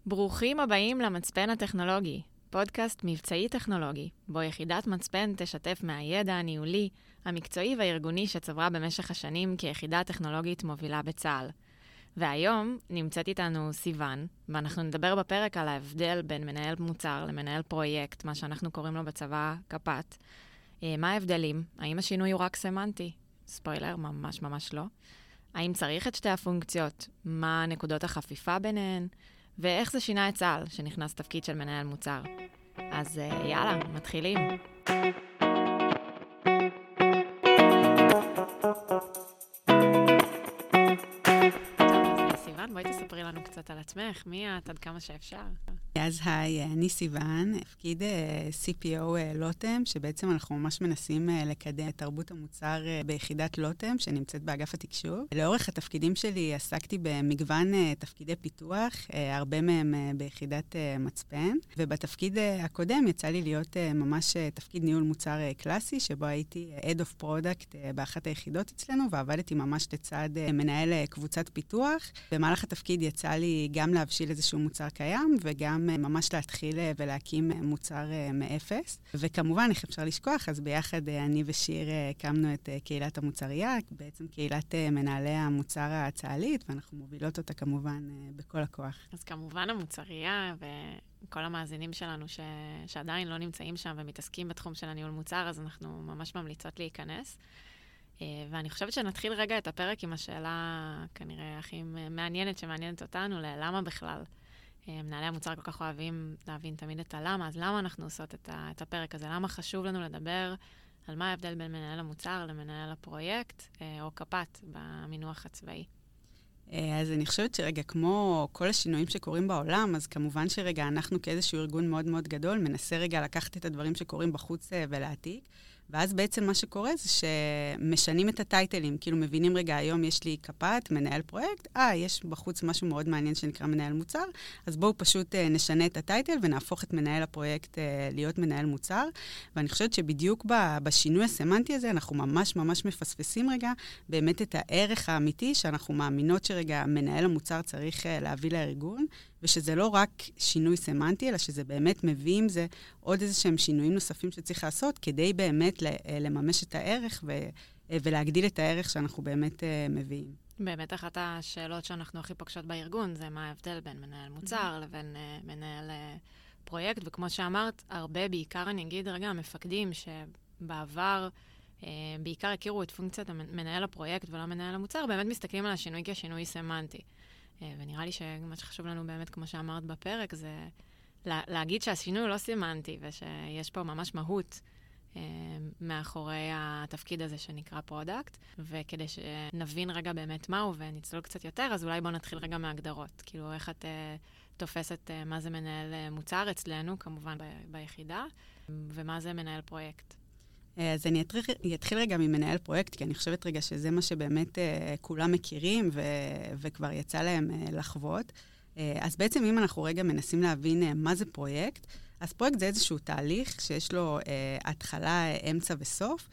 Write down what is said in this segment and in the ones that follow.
ברוכים הבאים למצפן הטכנולוגי, פודקאסט מבצעי טכנולוגי, בו יחידת מצפן תשתף מהידע הניהולי, המקצועי והארגוני שצברה במשך השנים כיחידה טכנולוגית מובילה בצה"ל. והיום נמצאת איתנו סיוון, ואנחנו נדבר בפרק על ההבדל בין מנהל מוצר למנהל פרויקט, מה שאנחנו קוראים לו בצבא קפ"ט. מה ההבדלים? האם השינוי הוא רק סמנטי? ספוילר, ממש לא. האם צריך את שתי הפונקציות? מה נקודות החפיפה ביניהן? ואיך זה שינה את צה"ל, שנכנס תפקיד של מנהל מוצר. אז יאללה, מתחילים. סיוון, בואי תספרי לנו קצת על עצמך, מי את עד כמה שאפשר. אז היי, אני סיוון, תפקיד CPO לוטם, שבעצם אנחנו ממש מנסים לקדם את תרבות המוצר ביחידת לוטם, שנמצאת באגף התקשוב. לאורך התפקידים שלי עסקתי במגוון תפקידי פיתוח, הרבה מהם ביחידת מצפן, ובתפקיד הקודם יצא לי להיות ממש תפקיד ניהול מוצר קלאסי, שבו הייתי Head of Product באחת היחידות אצלנו, ועבדתי ממש לצד מנהל קבוצת פיתוח. במהלך התפקיד יצא לי גם להבשיל איזשהו מוצר קיים, וגם ממש להתחיל ולהקים מוצר מאפס. וכמובן, איך אפשר לשכוח, אז ביחד אני ושיר הקמנו את קהילת המוצריה, בעצם קהילת מנהלי המוצר הצה"לית, ואנחנו מובילות אותה כמובן בכל הכוח. אז כמובן המוצריה וכל המאזינים שלנו שעדיין לא נמצאים שם ומתעסקים בתחום של הניהול מוצר, אז אנחנו ממש ממליצות להיכנס. ואני חושבת שנתחיל רגע את הפרק עם השאלה כנראה הכי מעניינת שמעניינת אותנו, למה בכלל מנהלי המוצר כל כך אוהבים להבין תמיד את הלמה, אז למה אנחנו עושות את הפרק הזה? למה חשוב לנו לדבר על מה ההבדל בין מנהל המוצר למנהל הפרויקט או קפ"ט במינוח הצבאי? אז אני חושבת שרגע, כמו כל השינויים שקורים בעולם, אז כמובן שרגע, אנחנו כאיזשהו ארגון מאוד מאוד גדול, מנסה רגע לקחת את הדברים שקורים בחוץ ולהעתיק, ואז בעצם מה שקורה זה שמשנים את הטייטלים, כאילו מבינים רגע, היום יש לי קפ"ט, מנהל פרויקט, יש בחוץ משהו מאוד מעניין שנקרא מנהל מוצר, אז בואו פשוט נשנה את הטייטל ונהפוך את מנהל הפרויקט להיות מנהל מוצר, ואני חושבת שבדיוק בשינוי הסמנטי הזה, אנחנו ממש ממש מפספסים רגע, באמת את הערך האמיתי שאנחנו מאמינות שרגע מנהל המוצר צריך להביא לארגון, ושזה לא רק שינוי סמנטי, אלא שזה באמת מביא עם זה עוד איזשהם שינויים נוספים שצריך לעשות, כדי באמת לממש את הערך ולהגדיל את הערך שאנחנו באמת מביאים. באמת אחת השאלות שאנחנו הכי פוגשות בארגון, זה מה ההבדל בין מנהל מוצר לבין מנהל פרויקט, וכמו שאמרת, הרבה, בעיקר אני אגיד רגע, המפקדים שבעבר בעיקר הכירו את פונקציית מנהל הפרויקט ולא מנהל המוצר, באמת מסתכלים על השינוי כשינוי סמנטי. ונראה לי שמה שחשוב לנו באמת, כמו שאמרת בפרק, זה להגיד שהשינוי הוא לא סמנטי, ושיש פה ממש מהות מאחורי התפקיד הזה שנקרא פרודקט, וכדי שנבין רגע באמת מהו ונצלול קצת יותר, אז אולי בואו נתחיל רגע מהגדרות. כאילו, איך את תופסת מה זה מנהל מוצר אצלנו, כמובן ביחידה, ומה זה מנהל פרויקט. אז אני אתחיל רגע ממנהל פרויקט, כי אני חושבת רגע שזה מה שבאמת כולם מכירים וכבר יצא להם לחוות. אז בעצם אם אנחנו רגע מנסים להבין מה זה פרויקט, אז פרויקט זה איזשהו תהליך שיש לו התחלה, אמצע וסוף,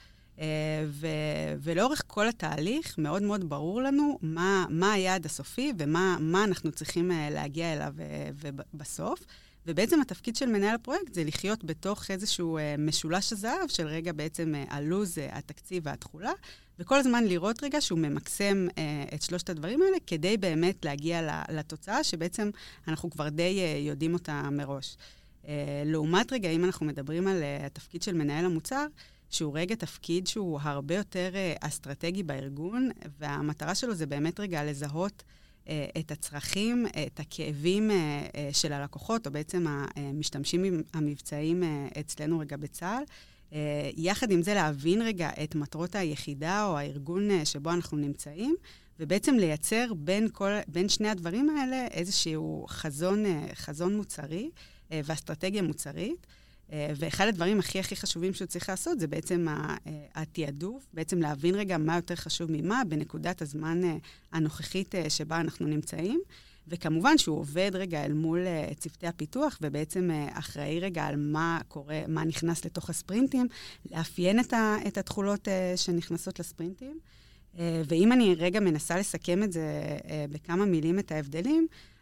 ולאורך כל התהליך מאוד מאוד ברור לנו מה היעד הסופי ומה אנחנו צריכים להגיע אליו בסוף. ובעצם התפקיד של מנהל הפרויקט זה לחיות בתוך איזשהו משולש הזהב של רגע בעצם הלוז, התקציב והתחולה, וכל הזמן לראות רגע שהוא ממקסם את שלושת הדברים האלה, כדי באמת להגיע לתוצאה שבעצם אנחנו כבר די יודעים אותה מראש. לעומת רגע, אם אנחנו מדברים על התפקיד של מנהל המוצר, שהוא רגע תפקיד שהוא הרבה יותר אסטרטגי בארגון, והמטרה שלו זה באמת רגע לזהות את הצרכים, את הכאבים של הלקוחות, או בעצם המשתמשים המבצעיים אצלנו רגע בצה"ל. יחד עם זה להבין רגע את מטרות היחידה או הארגון שבו אנחנו נמצאים, ובעצם לייצר בין שני הדברים האלה איזשהו חזון מוצרי ואסטרטגיה מוצרית. ואחד הדברים הכי חשובים שהוא צריך לעשות, זה בעצם התיעדוף, בעצם להבין רגע מה יותר חשוב ממה, בנקודת הזמן הנוכחית שבה אנחנו נמצאים, וכמובן שהוא עובד רגע אל מול צוותי הפיתוח, ובעצם אחראי רגע על מה קורה, מה נכנס לתוך הספרינטים, לאפיין את התחולות שנכנסות לספרינטים, ואם אני רגע מנסה לסכם את זה בכמה מילים את ההבדלים,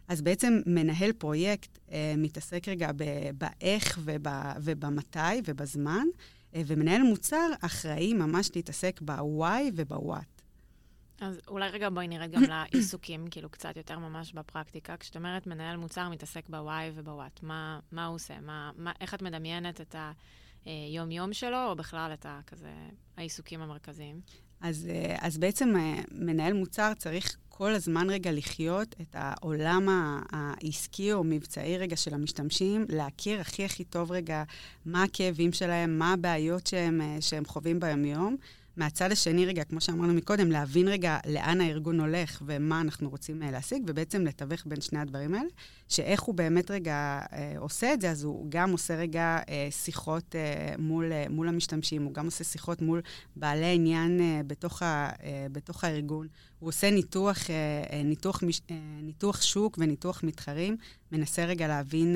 אז בעצם מנהל פרויקט מתעסק רגע באיך ובמתי ובזמן, ומנהל מוצר אחראי ממש להתעסק ב-why וב-what. אז אולי רגע בואי נרד גם לעיסוקים, כאילו קצת יותר ממש בפרקטיקה. כשאת אומרת מנהל מוצר מתעסק ב-why וב-what, מה הוא עושה? איך את מדמיינת את היום-יום שלו, או בכלל את העיסוקים המרכזיים? אז בעצם מנהל מוצר צריך כל הזמן רגע לחיות את העולם העסקי או מבצעי רגע של המשתמשים, להכיר הכי טוב רגע מה הכאבים שלהם, מה הבעיות שהם חווים ביום-יום. מהצד השני רגע, כמו שאמרנו מקודם, להבין רגע לאן הארגון הולך ומה אנחנו רוצים להשיג, ובעצם לתווך בין שני הדברים האלה, שאיך הוא באמת רגע עושה את זה, אז הוא גם עושה רגע שיחות מול המשתמשים, הוא גם עושה שיחות מול בעלי עניין בתוך הארגון, הוא עושה ניתוח שוק וניתוח מתחרים, מנסה רגע להבין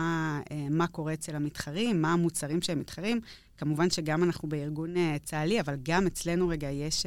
מה קורה אצל המתחרים, מה המוצרים שהם מתחרים. כמובן שגם אנחנו בארגון צהלי, אבל גם אצלנו רגע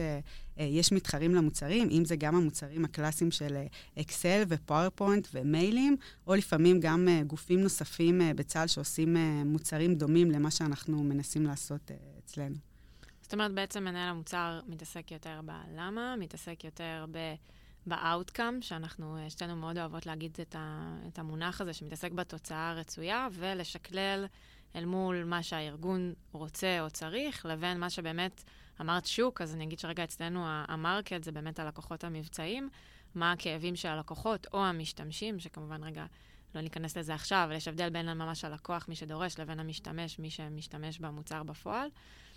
יש מתחרים למוצרים, אם זה גם המוצרים הקלאסיים של אקסל ופאורפוינט ומיילים, או לפעמים גם גופים נוספים בצהל שעושים מוצרים דומים למה שאנחנו מנסים לעשות אצלנו. זאת אומרת, בעצם מנהל המוצר מתעסק יותר בלמה, מתעסק יותר ב-outcome, שאנחנו שתינו מאוד אוהבות להגיד את המונח הזה, שמתעסק בתוצאה הרצויה, ולשקלל אל מול מה שהארגון רוצה או צריך, לבין מה שבאמת אמרת שוק, אז אני אגיד שרגע אצלנו המרקט זה באמת הלקוחות המבצעיים, מה הכאבים של הלקוחות או המשתמשים, שכמובן רגע לא ניכנס לזה עכשיו, אבל יש הבדל בין ממש הלקוח, מי שדורש, לבין המשתמש, מי שמשתמש במוצר בפועל.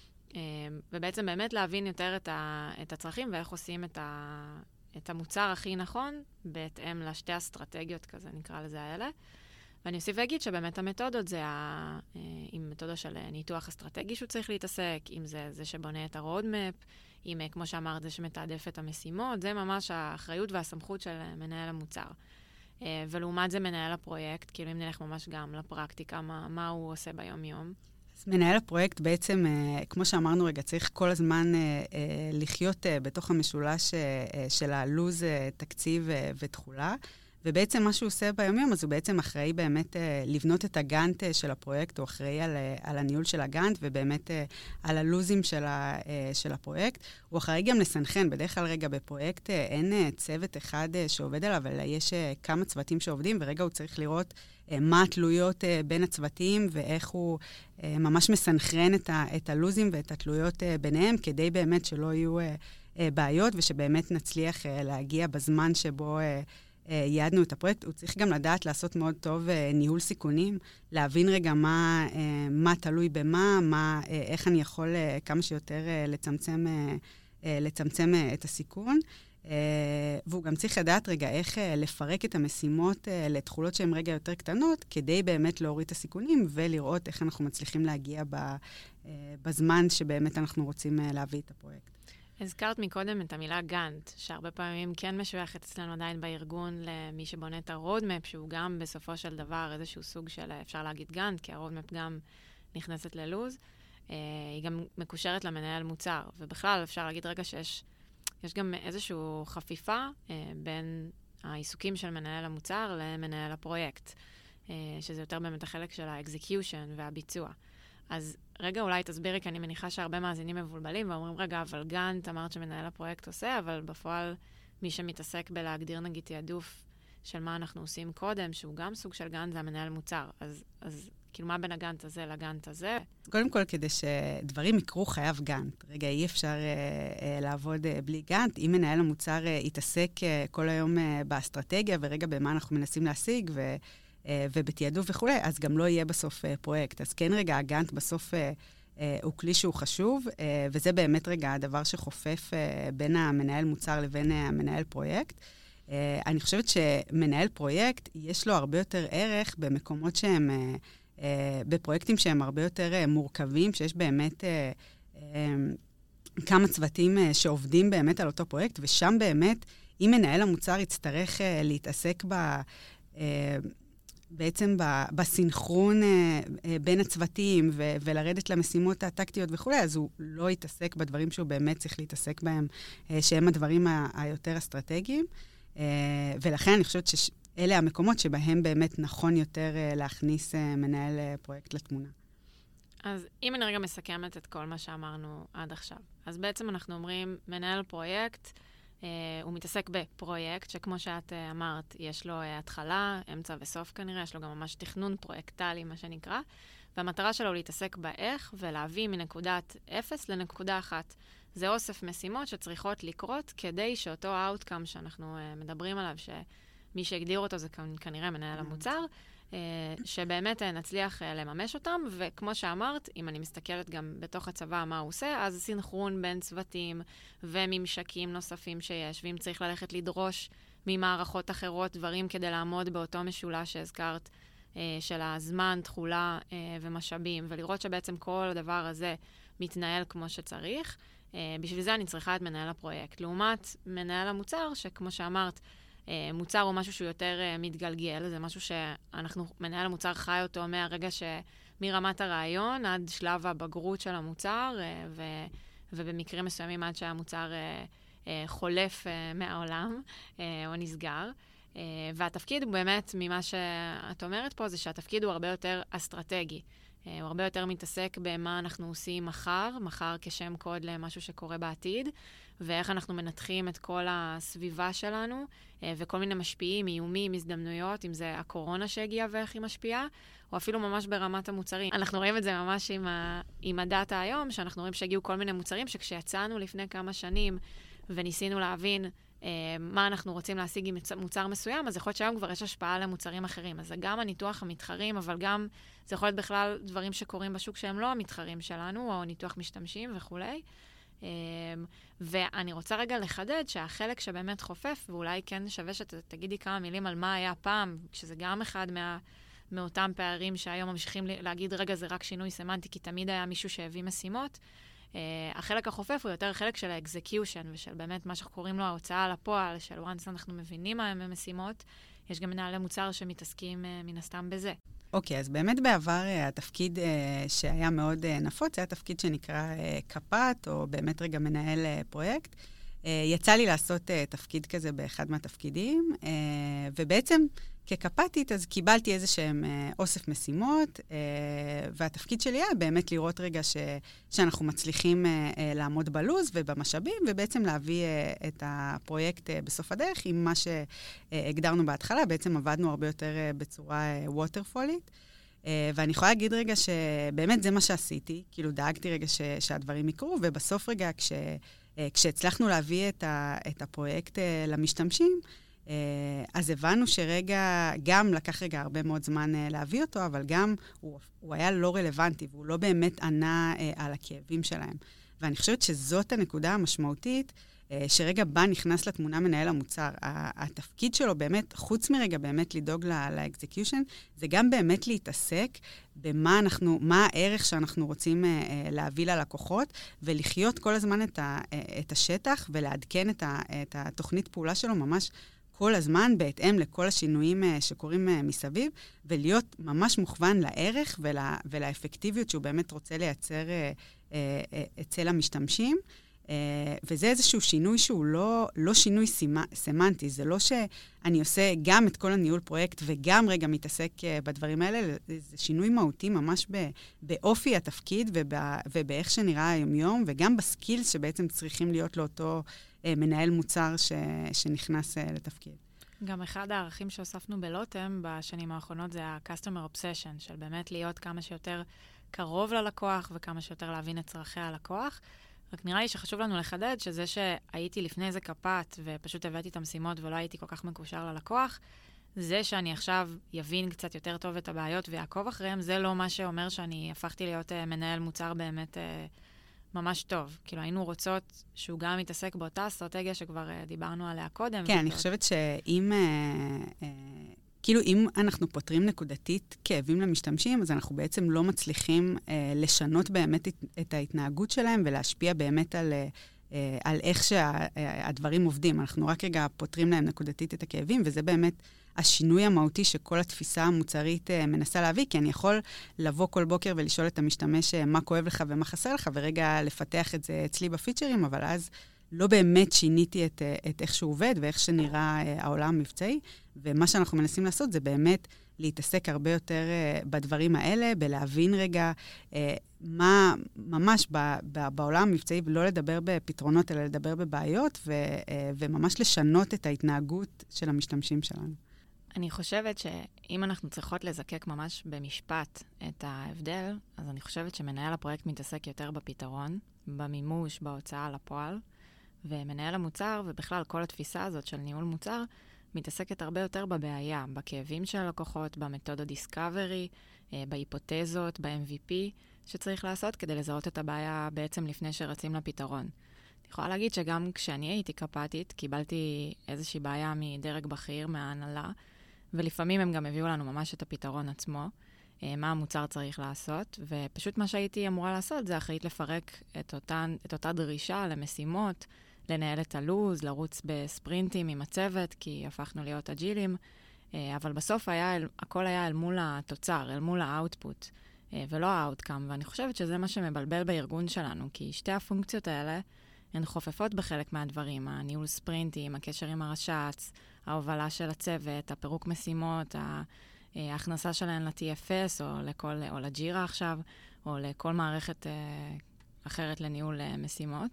ובעצם באמת להבין יותר את הצרכים ואיך עושים את המוצר הכי נכון, בהתאם לשתי אסטרטגיות כזה, נקרא לזה האלה. ואני אוסיף ואגיד שבאמת המתודות זה עם מתודה של ניתוח אסטרטגי שהוא צריך להתעסק, אם זה שבונה את הרודמפ, אם כמו שאמרת זה שמתעדף את המשימות, זה ממש האחריות והסמכות של מנהל המוצר. ולעומת זה מנהל הפרויקט, כאילו אם נלך ממש גם לפרקטיקה, מה הוא עושה ביום-יום. אז מנהל הפרויקט בעצם, כמו שאמרנו רגע, צריך כל הזמן לחיות בתוך המשולש של הלוז, תקציב ותחולה. ובעצם מה שהוא עושה ביום-יום, אז הוא בעצם אחראי באמת לבנות את הגאנט של הפרויקט, הוא אחראי על הניהול של הגאנט, ובאמת על הלוזים של הפרויקט. הוא אחראי גם לסנכן, בדרך כלל רגע בפרויקט אין צוות אחד שעובד עליו, אלא יש כמה צוותים שעובדים, ורגע הוא צריך לראות מה התלויות בין הצוותים, ואיך הוא ממש מסנכרן את הלוזים ואת התלויות ביניהם, כדי באמת שלא יהיו בעיות, ושבאמת נצליח להגיע בזמן שבו יעדנו את הפרויקט. הוא צריך גם לדעת לעשות מאוד טוב ניהול סיכונים, להבין רגע מה תלוי במה, איך אני יכול כמה שיותר לצמצם את הסיכון. והוא גם צריך לדעת רגע איך לפרק את המשימות לתחולות שהן רגע יותר קטנות, כדי באמת להוריד את הסיכונים ולראות איך אנחנו מצליחים להגיע בזמן שבאמת אנחנו רוצים להביא את הפרויקט. הזכרת מקודם את המילה גאנט, שהרבה פעמים כן משויכת אצלנו עדיין בארגון למי שבונה את הרודמפ, שהוא גם בסופו של דבר איזשהו סוג של, אפשר להגיד גאנט, כי הרודמפ גם נכנסת ללוז. היא גם מקושרת למנהל מוצר, ובכלל אפשר להגיד רגע שיש גם איזושהי חפיפה בין העיסוקים של מנהל המוצר למנהל הפרויקט, שזה יותר באמת החלק של האקזקיושן והביצוע. אז רגע, אולי תסבירי, כי אני מניחה שהרבה מאזינים מבולבלים, ואומרים, רגע, אבל גאנט אמרת שמנהל הפרויקט עושה, אבל בפועל מי שמתעסק בלהגדיר נגיד תיעדוף של מה אנחנו עושים קודם, שהוא גם סוג של גאנט, זה המנהל מוצר. אז כאילו מה בין הגאנט הזה לגאנט הזה? קודם כל, כדי שדברים יקרו חייב גאנט. רגע, אי אפשר לעבוד בלי גאנט. אם מנהל המוצר יתעסק כל היום באסטרטגיה, ורגע במה אנחנו מנסים להשיג, ובתיעדוף וכו', אז גם לא יהיה בסוף פרויקט. אז כן רגע, הגאנט בסוף הוא כלי שהוא חשוב, וזה באמת רגע הדבר שחופף בין המנהל מוצר לבין המנהל פרויקט. אני חושבת שמנהל פרויקט, יש לו הרבה יותר ערך במקומות שהם, בפרויקטים שהם הרבה יותר מורכבים, שיש באמת כמה צוותים שעובדים באמת על אותו פרויקט, ושם באמת, אם מנהל המוצר יצטרך להתעסק בעצם בסינכרון בין הצוותים ולרדת למשימות הטקטיות וכו', אז הוא לא יתעסק בדברים שהוא באמת צריך להתעסק בהם, שהם הדברים היותר אסטרטגיים. ולכן אני חושבת אלה המקומות שבהם באמת נכון יותר להכניס מנהל פרויקט לתמונה. אז אם אני רגע מסכמת את כל מה שאמרנו עד עכשיו, אז בעצם אנחנו אומרים, מנהל פרויקט, הוא מתעסק בפרויקט, שכמו שאת אמרת, יש לו התחלה, אמצע וסוף כנראה, יש לו גם ממש תכנון פרויקטלי, מה שנקרא, והמטרה שלו הוא להתעסק באיך ולהביא מנקודת 0 לנקודה 1. זה אוסף משימות שצריכות לקרות כדי שאותו האוטקאם שאנחנו מדברים עליו, שמי שהגדיר אותו זה כנראה מנהל המוצר, שבאמת נצליח לממש אותם, וכמו שאמרת, אם אני מסתכלת גם בתוך הצבא מה הוא עושה, אז סינכרון בין צוותים וממשקים נוספים שיש, ואם צריך ללכת לדרוש ממערכות אחרות דברים כדי לעמוד באותו משולש שהזכרת, של הזמן, תחולה ומשאבים, ולראות שבעצם כל הדבר הזה מתנהל כמו שצריך. בשביל זה אני צריכה את מנהל הפרויקט. לעומת מנהל המוצר, שכמו שאמרת, מוצר הוא משהו שהוא יותר מתגלגל, זה משהו מנהל המוצר חי אותו מהרגע מרמת הרעיון עד שלב הבגרות של המוצר, ובמקרים מסוימים עד שהמוצר חולף מהעולם או נסגר. והתפקיד הוא באמת, ממה שאת אומרת פה, זה שהתפקיד הוא הרבה יותר אסטרטגי. הוא הרבה יותר מתעסק במה אנחנו עושים מחר כשם קוד למשהו שקורה בעתיד, ואיך אנחנו מנתחים את כל הסביבה שלנו, וכל מיני משפיעים, איומים, הזדמנויות, אם זה הקורונה שהגיעה ואיך היא משפיעה, או אפילו ממש ברמת המוצרים. אנחנו רואים את זה ממש עם הדאטה היום, שאנחנו רואים שהגיעו כל מיני מוצרים, שכשיצאנו לפני כמה שנים וניסינו להבין מה אנחנו רוצים להשיג עם מוצר מסוים, אז יכול להיות שהיום כבר יש השפעה למוצרים אחרים. אז זה גם הניתוח המתחרים, אבל גם זה יכול להיות בכלל דברים שקורים בשוק שהם לא המתחרים שלנו, או ניתוח משתמשים וכו'. ואני רוצה רגע לחדד שהחלק שבאמת חופף, ואולי כן שווה שתגידי כמה מילים על מה היה פעם, שזה גם אחד מאותם פערים שהיום ממשיכים להגיד, רגע, זה רק שינוי סמנטי, כי תמיד היה מישהו שהביא משימות. החלק החופף הוא יותר חלק של האקזקיושן, ושל באמת מה שאנחנו קוראים לו ההוצאה על הפועל, של once אנחנו מבינים מה הם המשימות, יש גם מנהלי מוצר שמתעסקים מן הסתם בזה. אוקיי, אז באמת בעבר התפקיד שהיה מאוד נפוץ, היה תפקיד שנקרא קפ"ט, או באמת רגע מנהל פרויקט. יצא לי לעשות תפקיד כזה באחד מהתפקידים, ובעצם כקפ"טית, אז קיבלתי איזשהם אוסף משימות, והתפקיד שלי היה באמת לראות רגע שאנחנו מצליחים לעמוד בלוז ובמשאבים, ובעצם להביא את הפרויקט בסוף הדרך עם מה שהגדרנו בהתחלה. בעצם עבדנו הרבה יותר בצורה ווטרפולית, ואני יכולה להגיד רגע שבאמת זה מה שעשיתי, כאילו דאגתי רגע שהדברים יקרו, ובסוף רגע כשהצלחנו להביא את הפרויקט למשתמשים, אז הבנו שרגע, גם לקח רגע הרבה מאוד זמן להביא אותו, אבל גם הוא היה לא רלוונטי, והוא לא באמת ענה על הכאבים שלהם. ואני חושבת שזאת הנקודה המשמעותית, שרגע בה נכנס לתמונה מנהל המוצר. התפקיד שלו באמת, חוץ מרגע באמת לדאוג לאקזקיושן, זה גם באמת להתעסק במה מה הערך שאנחנו רוצים להביא ללקוחות, ולחיות כל הזמן את השטח, ולעדכן את התוכנית פעולה שלו ממש כל הזמן, בהתאם לכל השינויים שקורים מסביב, ולהיות ממש מוכוון לערך ולאפקטיביות שהוא באמת רוצה לייצר אצל המשתמשים. וזה איזשהו שינוי שהוא לא שינוי סמנטי, זה לא שאני עושה גם את כל הניהול פרויקט וגם רגע מתעסק בדברים האלה, זה שינוי מהותי ממש באופי התפקיד ובאיך שנראה היום-יום, וגם בסקילס שבעצם צריכים להיות לאותו מנהל מוצר שנכנס לתפקיד. גם אחד הערכים שהוספנו בלוטם בשנים האחרונות זה ה-customer obsession, של באמת להיות כמה שיותר קרוב ללקוח וכמה שיותר להבין את צרכי הלקוח. רק נראה לי שחשוב לנו לחדד שזה שהייתי לפני איזה קפ"ט ופשוט הבאתי את המשימות ולא הייתי כל כך מקושר ללקוח, זה שאני עכשיו יבין קצת יותר טוב את הבעיות ויעקוב אחריהם, זה לא מה שאומר שאני הפכתי להיות מנהל מוצר באמת ממש טוב. כאילו היינו רוצות שהוא גם מתעסק באותה אסטרטגיה שכבר דיברנו עליה קודם. כן, אני חושבת שאם כאילו, אם אנחנו פותרים נקודתית כאבים למשתמשים, אז אנחנו בעצם לא מצליחים לשנות באמת את ההתנהגות שלהם ולהשפיע באמת על איך שהדברים עובדים. אנחנו רק רגע פותרים להם נקודתית את הכאבים, וזה באמת השינוי המהותי שכל התפיסה המוצרית מנסה להביא, כי אני יכול לבוא כל בוקר ולשאול את המשתמש מה כואב לך ומה חסר לך, ורגע לפתח את זה אצלי בפיצ'רים, אבל אז לא באמת שיניתי את איך שהוא עובד ואיך שנראה העולם המבצעי, ומה שאנחנו מנסים לעשות זה באמת להתעסק הרבה יותר בדברים האלה, בלהבין רגע מה ממש בעולם המבצעי, ולא לדבר בפתרונות, אלא לדבר בבעיות, וממש לשנות את ההתנהגות של המשתמשים שלנו. אני חושבת שאם אנחנו צריכות לזקק ממש במשפט את ההבדל, אז אני חושבת שמנהל הפרויקט מתעסק יותר בפתרון, במימוש, בהוצאה לפועל, ומנהל המוצר, ובכלל כל התפיסה הזאת של ניהול מוצר, מתעסקת הרבה יותר בבעיה, בכאבים של הלקוחות, במתודה דיסקאברי, בהיפותזות, ב-MVP, שצריך לעשות כדי לזהות את הבעיה בעצם לפני שרצים לפתרון. אני יכולה להגיד שגם כשאני הייתי קפ"טית, קיבלתי איזושהי בעיה מדרג בכיר, מההנהלה, ולפעמים הם גם הביאו לנו ממש את הפתרון עצמו, מה המוצר צריך לעשות, ופשוט מה שהייתי אמורה לעשות זה אחראית לפרק את אותה דרישה למשימות, לנהל את הלוז, לרוץ בספרינטים עם הצוות, כי הפכנו להיות אג'ילים, אבל בסוף הכל היה אל מול התוצר, אל מול האוטפוט, ולא האוטקאם, ואני חושבת שזה מה שמבלבל בארגון שלנו, כי שתי הפונקציות האלה הן חופפות בחלק מהדברים, הניהול ספרינטים, הקשר עם הרש"ץ, ההובלה של הצוות, הפירוק משימות, ההכנסה שלהן ל-TFS או לג'ירה עכשיו, או לכל מערכת אחרת לניהול משימות.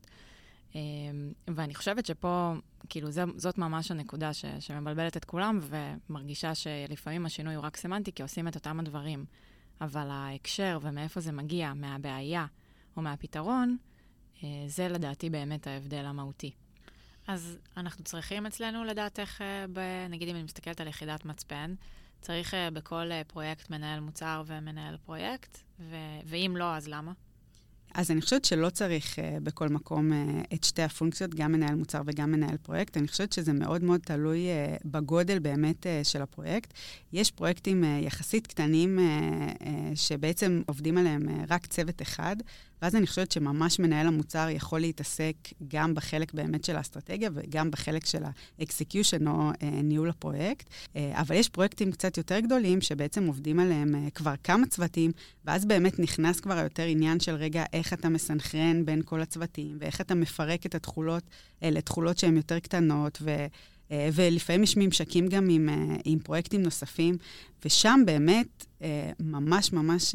ואני חושבת שפה, כאילו, זאת ממש הנקודה שמבלבלת את כולם, ומרגישה שלפעמים השינוי הוא רק סמנטי, כי עושים את אותם הדברים. אבל ההקשר ומאיפה זה מגיע, מהבעיה או מהפתרון, זה לדעתי באמת ההבדל המהותי. אז אנחנו צריכים אצלנו לדעתך, נגיד אם אני מסתכלת על יחידת מצפן, צריך בכל פרויקט מנהל מוצר ומנהל פרויקט, ואם לא, אז למה? אז אני חושבת שלא צריך בכל מקום את שתי הפונקציות, גם מנהל מוצר וגם מנהל פרויקט. אני חושבת שזה מאוד מאוד תלוי בגודל באמת של הפרויקט. יש פרויקטים יחסית קטנים שבעצם עובדים עליהם רק צוות אחד, ואז אני חושבת שממש מנהל המוצר יכול להתעסק גם בחלק באמת של האסטרטגיה וגם בחלק של האקסקיושן או ניהול הפרויקט. אבל יש פרויקטים קצת יותר גדולים שבעצם עובדים עליהם כבר כמה צוותים, ואז באמת נכנס כבר יותר עניין של רגע איך אתה מסנכרן בין כל הצוותים, ואיך אתה מפרק את התחולות לתחולות שהן יותר קטנות, ולפעמים יש ממשקים גם עם פרויקטים נוספים, ושם באמת ממש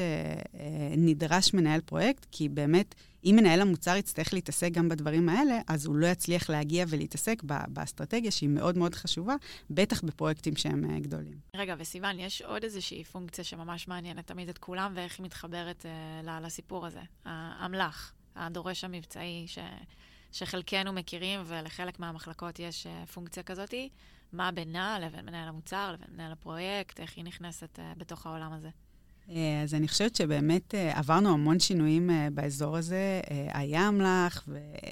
נדרש מנהל פרויקט, כי באמת אם מנהל המוצר יצטרך להתעסק גם בדברים האלה, אז הוא לא יצליח להגיע ולהתעסק באסטרטגיה שהיא מאוד מאוד חשובה, בטח בפרויקטים שהם גדולים. רגע, וסיוון, יש עוד איזושהי פונקציה שממש מעניינת תמיד את כולם, ואיך היא מתחברת לסיפור הזה. האמל"ח, הדורש המבצעי שחלקנו מכירים, ולחלק מהמחלקות יש פונקציה כזאת. מה בינה לבין מנהל המוצר, לבין מנהל הפרויקט, איך היא נכנסת בתוך העולם הזה? אז אני חושבת שבאמת עברנו המון שינויים באזור הזה. היה אמל"ח,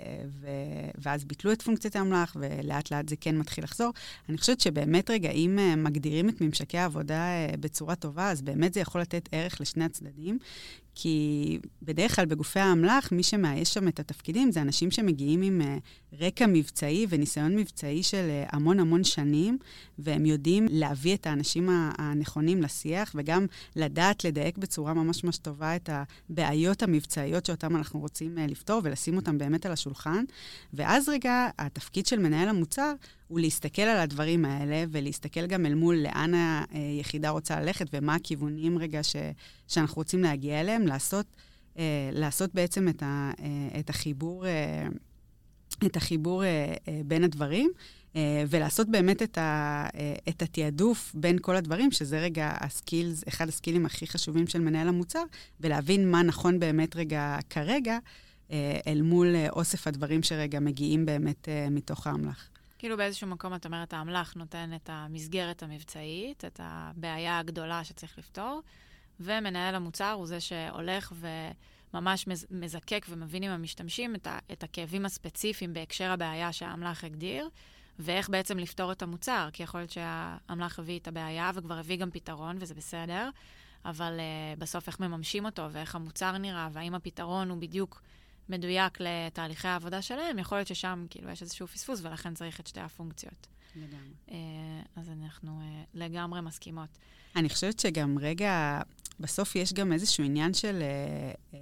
ואז ביטלו את פונקציית האמל"ח, ולאט לאט זה כן מתחיל לחזור. אני חושבת שבאמת רגע, אם מגדירים את ממשקי העבודה בצורה טובה, אז באמת זה יכול לתת ערך לשני הצדדים. כי בדרך כלל בגופי האמל"ח, מי שמאייש שם את התפקידים, זה אנשים שמגיעים עם רקע מבצעי וניסיון מבצעי של המון שנים, והם יודעים להביא את האנשים הנכונים לשיח, וגם לדעת לדייק בצורה ממש טובה את הבעיות המבצעיות שאותם אנחנו רוצים לפתור, ולשים אותם באמת על השולחן. ואז רגע, התפקיד של מנהל המוצר הוא להסתכל על הדברים האלה, ולהסתכל גם אל מול לאן היחידה רוצה ללכת, ומה הכיוונים רגע שאנחנו רוצים להגיע אליהם, לעשות בעצם את החיבור בין הדברים, ולעשות באמת את התיעדוף בין כל הדברים, שזה רגע אחד הסקילים הכי חשובים של מנהל המוצר, ולהבין מה נכון באמת רגע כרגע, אל מול אוסף הדברים שרגע מגיעים באמת מתוך האמל"ח. כאילו באיזשהו מקום, את אומרת, האמל"ח נותן את המסגרת המבצעית, את הבעיה הגדולה שצריך לפתור, ומנהל המוצר הוא זה שהולך וממש מזקק ומבין עם המשתמשים את הכאבים הספציפיים בהקשר הבעיה שהאמל"ח הגדיר, ואיך בעצם לפתור את המוצר, כי יכול להיות שהאמל"ח הביא את הבעיה וכבר הביא גם פתרון, וזה בסדר, אבל בסוף איך מממשים אותו ואיך המוצר נראה, והאם הפתרון הוא בדיוק מדויק לתהליכי העבודה שלהם, יכול להיות ששם כאילו יש איזשהו פספוס, ולכן צריך את שתי הפונקציות. לגמרי. אז אנחנו לגמרי מסכימות. אני חושבת שגם רגע, בסוף יש גם איזשהו עניין של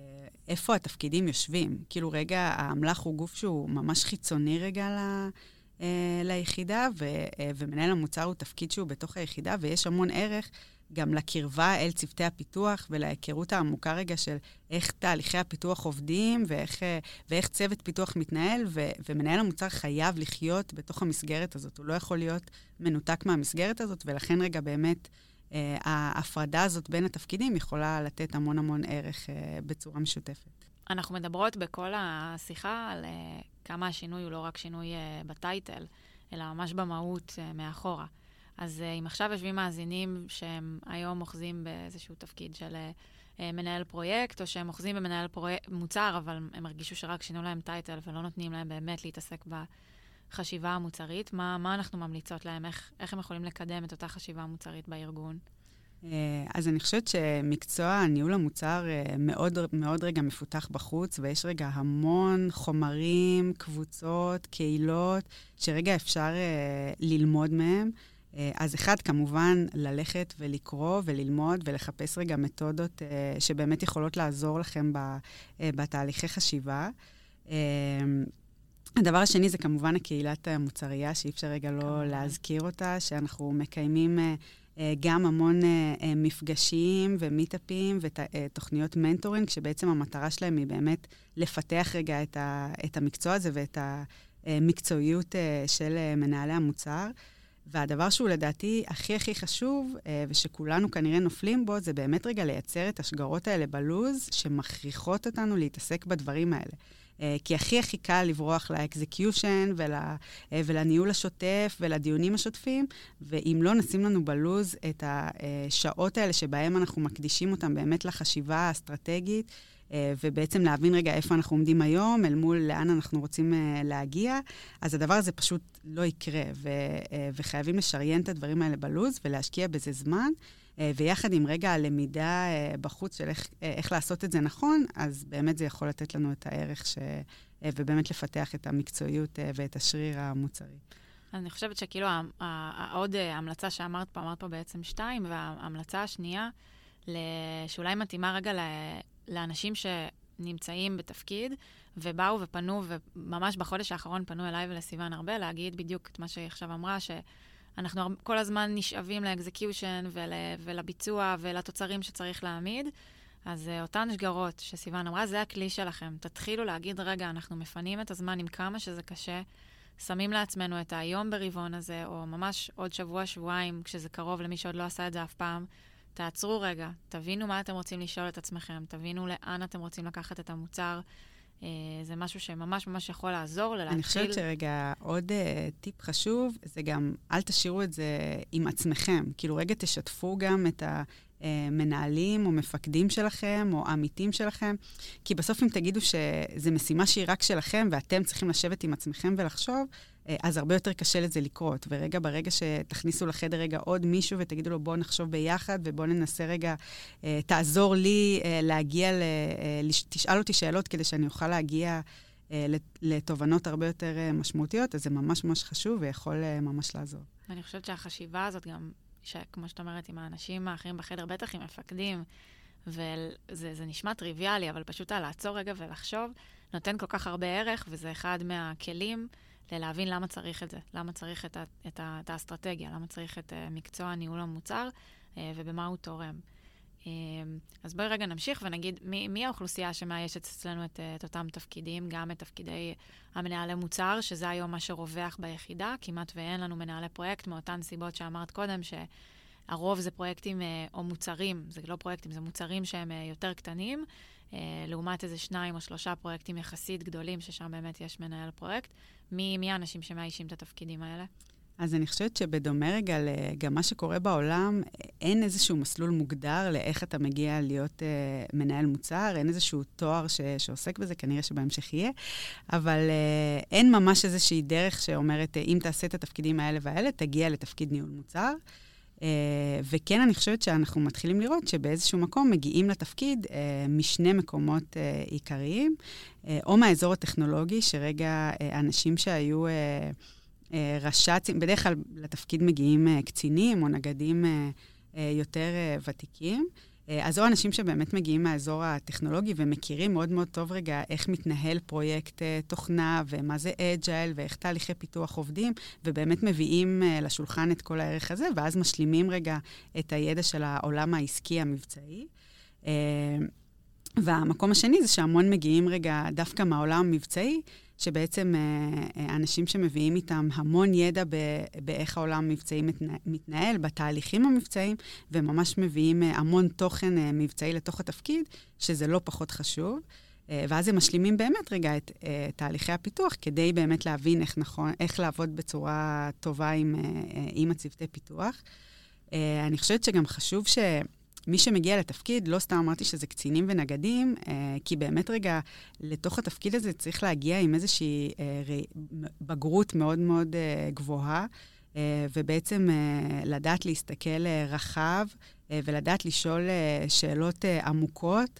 איפה התפקידים יושבים. כאילו רגע, האמל"ח הוא גוף שהוא ממש חיצוני רגע ליחידה, ומנהל המוצר הוא תפקיד שהוא בתוך היחידה, ויש המון ערך גם לקרבה אל צוותי הפיתוח ולהיכרות העמוקה רגע של איך תהליכי הפיתוח עובדים ואיך צוות פיתוח מתנהל, ומנהל המוצר חייב לחיות בתוך המסגרת הזאת. הוא לא יכול להיות מנותק מהמסגרת הזאת, ולכן רגע באמת ההפרדה הזאת בין התפקידים יכולה לתת המון המון ערך בצורה משותפת. אנחנו מדברות בכל השיחה על כמה השינוי הוא לא רק שינוי בטייטל, אלא ממש במהות מאחורה. אז אם עכשיו יושבים מאזינים שהם היום אוחזים באיזשהו תפקיד של מנהל פרויקט, או שהם אוחזים במנהל מוצר, אבל הם הרגישו שרק שינו להם טייטל ולא נותנים להם באמת להתעסק בחשיבה המוצרית, מה אנחנו ממליצות להם? איך הם יכולים לקדם את אותה חשיבה המוצרית בארגון? אז אני חושבת שמקצוע ניהול המוצר מאוד, מאוד רגע מפותח בחוץ, ויש רגע המון חומרים, קבוצות, קהילות, שרגע אפשר ללמוד מהם. אז אחד, כמובן, ללכת ולקרוא וללמוד ולחפש רגע מתודות שבאמת יכולות לעזור לכם בתהליכי חשיבה. הדבר השני זה כמובן הקהילת המוצריה, שאי אפשר רגע לא להזכיר אותה, שאנחנו מקיימים גם המון מפגשים ומיטאפים ותוכניות מנטורינג, שבעצם המטרה שלהם היא באמת לפתח רגע את המקצוע הזה ואת המקצועיות של מנהלי המוצר. והדבר שהוא לדעתי הכי הכי חשוב, ושכולנו כנראה נופלים בו, זה באמת רגע לייצר את השגרות האלה בלוז, שמכריחות אותנו להתעסק בדברים האלה. כי הכי הכי קל לברוח לאקזקיושן ולניהול השוטף ולדיונים השוטפים, ואם לא נשים לנו בלוז את השעות האלה שבהם אנחנו מקדישים אותם באמת לחשיבה האסטרטגית, ובעצם להבין רגע איפה אנחנו עומדים היום, אל מול לאן אנחנו רוצים להגיע, אז הדבר הזה פשוט לא יקרה, וחייבים לשריין את הדברים האלה בלוז, ולהשקיע בזה זמן, ויחד עם רגע הלמידה בחוץ של איך לעשות את זה נכון, אז באמת זה יכול לתת לנו את הערך, ובאמת לפתח את המקצועיות ואת השריר המוצרי. אני חושבת שכאילו עוד המלצה שאמרת פה בעצם 2, וההמלצה השנייה, שאולי מתאימה רגע לאנשים שנמצאים בתפקיד, ובאו ופנו, וממש בחודש האחרון פנו אליי ולסיוון הרבה, להגיד בדיוק את מה שהיא עכשיו אמרה, שאנחנו כל הזמן נשאבים לאקזקיושן ולביצוע ולתוצרים שצריך להעמיד. אז אותן שגרות שסיוון אמרה, זה הכלי שלכם. תתחילו להגיד, רגע, אנחנו מפנים את הזמן עם כמה שזה קשה, שמים לעצמנו את היום ברבעון הזה, או ממש עוד שבוע, שבועיים, כשזה קרוב למי שעוד לא עשה את זה אף פעם, תעצרו רגע, תבינו מה אתם רוצים לשאול את עצמכם, תבינו לאן אתם רוצים לקחת את המוצר. זה משהו שממש ממש יכול לעזור להתחיל. אני חושבת שרגע, עוד טיפ חשוב, זה גם, אל תשאירו את זה עם עצמכם. כאילו רגע תשתפו גם את המנהלים או מפקדים שלכם או עמיתים שלכם, כי בסוף אם תגידו שזו משימה שהיא רק שלכם ואתם צריכים לשבת עם עצמכם ולחשוב, אז הרבה יותר קשה לזה לקרות. ורגע, ברגע שתכניסו לחדר רגע עוד מישהו ותגידו לו, בואו נחשוב ביחד ובואו ננסה רגע, תעזור לי להגיע, תשאל אותי שאלות כדי שאני אוכל להגיע לתובנות הרבה יותר משמעותיות, אז זה ממש ממש חשוב ויכול ממש לעזור. ואני חושבת שהחשיבה הזאת גם, שכמו שאת אומרת, עם האנשים האחרים בחדר, בטח עם מפקדים, וזה נשמע טריוויאלי, אבל פשוט לעצור רגע ולחשוב, נותן כל כך הרבה ערך, וזה אחד מהכלים להבין למה צריך את זה, למה צריך את האסטרטגיה, למה צריך את מקצוע ניהול המוצר, ובמה הוא תורם. אז בואי רגע נמשיך ונגיד, מי האוכלוסייה שמאיישת אצלנו את אותם תפקידים, גם את תפקידי המנהלי מוצר, שזה היום מה שרווח ביחידה, כמעט ואין לנו מנהלי פרויקט, מאותן סיבות שאמרת קודם, שהרוב זה פרויקטים או מוצרים, זה לא פרויקטים, זה מוצרים שהם יותר קטנים, לעומת איזה 2 או 3 פרויקטים יחסית גדולים, ששם באמת יש מנהל פרויקט. מי האנשים שמאיישים את התפקידים האלה? אז אני חושבת שבדומה רגע גם מה שקורה בעולם, אין איזשהו מסלול מוגדר לאיך אתה מגיע להיות מנהל מוצר, אין איזשהו תואר שעוסק בזה, כנראה שבהמשך יהיה, אבל אין ממש איזושהי דרך שאומרת, אם תעשה את התפקידים האלה והאלה, תגיע לתפקיד ניהול מוצר. וכן, אני חושבת שאנחנו מתחילים לראות שבאיזשהו מקום מגיעים לתפקיד משני מקומות עיקריים, או מהאזור הטכנולוגי, שרגע אנשים שהיו רש"צים, בדרך כלל לתפקיד מגיעים קצינים או נגדים יותר ותיקים, אז או אנשים שבאמת מגיעים מהאזור הטכנולוגי ומכירים מאוד מאוד טוב רגע איך מתנהל פרויקט תוכנה ומה זה אג'ייל ואיך תהליכי פיתוח עובדים, ובאמת מביאים לשולחן את כל הערך הזה, ואז משלימים רגע את הידע של העולם העסקי המבצעי. והמקום השני זה שהמון מגיעים רגע דווקא מהעולם המבצעי, שבעצם אנשים שמביאים איתם המון ידע באיך העולם המבצעי מתנהל, בתהליכים המבצעיים, וממש מביאים המון תוכן מבצעי לתוך התפקיד, שזה לא פחות חשוב. ואז הם משלימים באמת רגע את תהליכי הפיתוח, כדי באמת להבין איך לעבוד בצורה טובה עם הצוותי פיתוח. אני חושבת שגם חשוב מי שמגיע לתפקיד, לא סתם אמרתי שזה קצינים ונגדים, כי באמת רגע, לתוך התפקיד הזה צריך להגיע עם איזושהי בגרות מאוד מאוד גבוהה, ובעצם לדעת להסתכל רחב, ולדעת לשאול שאלות עמוקות,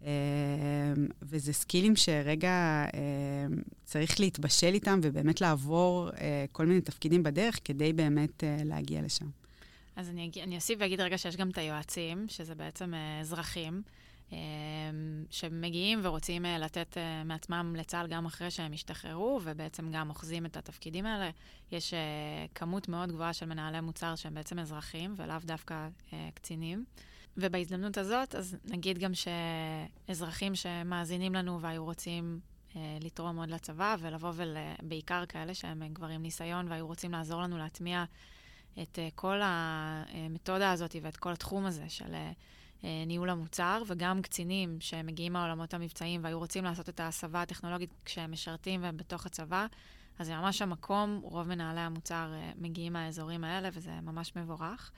וזה סקילים שרגע צריך להתבשל איתם, ובאמת לעבור כל מיני תפקידים בדרך, כדי באמת להגיע לשם. אז אני אוסיף ואגיד רגע שיש גם את היועצים, שזה בעצם אזרחים, שמגיעים ורוצים לתת מעצמם לצה"ל גם אחרי שהם השתחררו, ובעצם גם אוחזים את התפקידים האלה. יש כמות מאוד גבוהה של מנהלי מוצר שהם בעצם אזרחים, ולאו דווקא קצינים. ובהזדמנות הזאת, אז נגיד גם שאזרחים שמאזינים לנו והיו רוצים לתרום עוד לצבא, ולבוא בעיקר כאלה שהם כבר עם ניסיון, והיו רוצים לעזור לנו להטמיע את כל המתודה הזאת ואת כל התחום הזה של ניהול המוצר, וגם קצינים שמגיעים מהעולמות המבצעיים והיו רוצים לעשות את ההסבה הטכנולוגית כשהם משרתים והם בתוך הצבא, אז זה ממש המקום, רוב מנהלי המוצר מגיעים מהאזורים האלה, וזה ממש מבורך.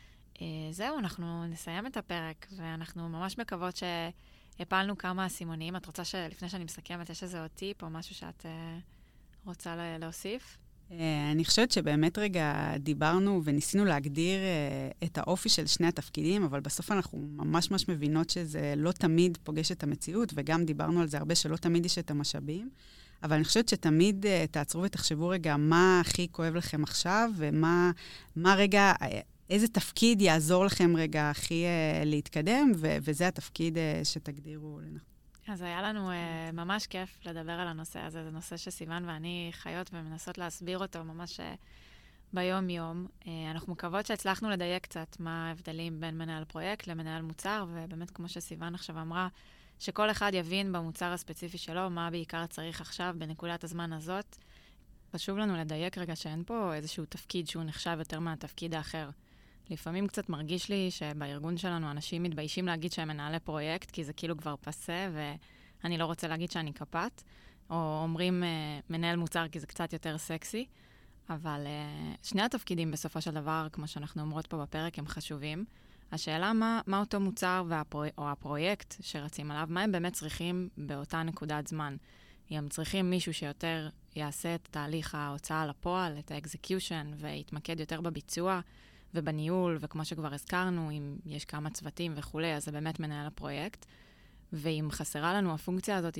זהו, אנחנו נסיים את הפרק, ואנחנו ממש מקוות שהפלנו כמה סימונים. את רוצה שלפני שאני מסכמת, יש איזה עוד טיפ או משהו שאת רוצה להוסיף? אני חושבת שבאמת רגע דיברנו וניסינו להגדיר את האופי של שני התפקידים, אבל בסוף אנחנו ממש ממש מבינות שזה לא תמיד פוגש את המציאות, וגם דיברנו על זה הרבה שלא תמיד יש את המשאבים. אבל אני חושבת שתמיד תעצרו ותחשבו רגע מה הכי כואב לכם עכשיו, ומה רגע, איזה תפקיד יעזור לכם רגע הכי להתקדם, וזה התפקיד שתגדירו לנכון. אז היה לנו ממש כיף לדבר על הנושא הזה. זה נושא שסיוון ואני חיות ומנסות להסביר אותו ממש ביום-יום. אנחנו מקוות שהצלחנו לדייק קצת מה ההבדלים בין מנהל פרויקט למנהל מוצר, ובאמת כמו שסיוון עכשיו אמרה, שכל אחד יבין במוצר הספציפי שלו מה בעיקר צריך עכשיו בנקודת הזמן הזאת. חשוב לנו לדייק רגע שאין פה איזשהו תפקיד שהוא נחשב יותר מהתפקיד האחר. לפעמים קצת מרגיש לי שבארגון שלנו אנשים מתביישים להגיד שהם מנהלי פרויקט, כי זה כאילו כבר פסה, ואני לא רוצה להגיד שאני קפת, או אומרים מנהל מוצר כי זה קצת יותר סקסי, אבל שני התפקידים בסופו של דבר, כמו שאנחנו אומרות פה בפרק, הם חשובים. השאלה מה אותו מוצר או הפרויקט שרצים עליו, מה הם באמת צריכים באותה נקודת זמן. הם צריכים מישהו שיותר יעשה את תהליך ההוצאה לפועל, את האקזקיושן, ויתמקד יותר בביצוע, ובניהול, וכמו שכבר הזכרנו, אם יש כמה צוותים וכו', אז זה באמת מנהל הפרויקט. ואם חסרה לנו הפונקציה הזאת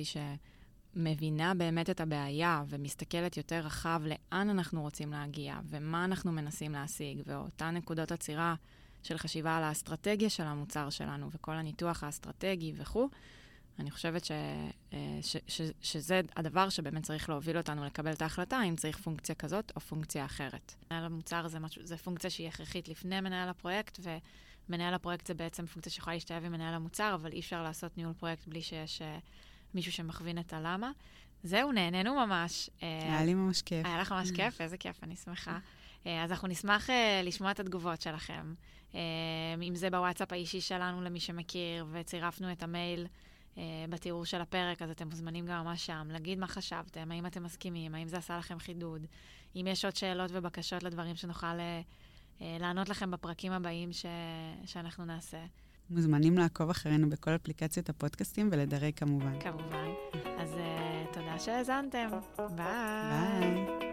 שמבינה באמת את הבעיה, ומסתכלת יותר רחב לאן אנחנו רוצים להגיע, ומה אנחנו מנסים להשיג, ואותה נקודות עצירה של חשיבה על האסטרטגיה של המוצר שלנו, וכל הניתוח האסטרטגי וכו', אני חושבת שזה הדבר שבאמת צריך להוביל אותנו לקבל את ההחלטה, אם צריך פונקציה כזאת או פונקציה אחרת. מנהל המוצר זה פונקציה שהיא הכרחית לפני מנהל הפרויקט, ומנהל הפרויקט זה בעצם פונקציה שיכולה להשתלב עם מנהל המוצר, אבל אי אפשר לעשות ניהול פרויקט בלי שיש מישהו שמכווין את הלמה. זהו, נהנינו ממש. היה לי ממש כיף. היה לך ממש כיף, איזה כיף, אני שמחה. אז אנחנו נשמח לשמוע את התגובות שלכם. אם זה בוואטסאפ האישי שלנו למי שמכיר, וצירפנו את המייל בתיאור של הפרק, אז אתם מוזמנים גם ממש שם, להגיד מה חשבתם, האם אתם מסכימים, האם זה עשה לכם חידוד, אם יש עוד שאלות ובקשות לדברים שנוכל לענות לכם בפרקים הבאים שאנחנו נעשה. מוזמנים לעקוב אחרינו בכל אפליקציות הפודקאסטים ולדרג כמובן. כמובן. אז תודה שהאזנתם. ביי. ביי.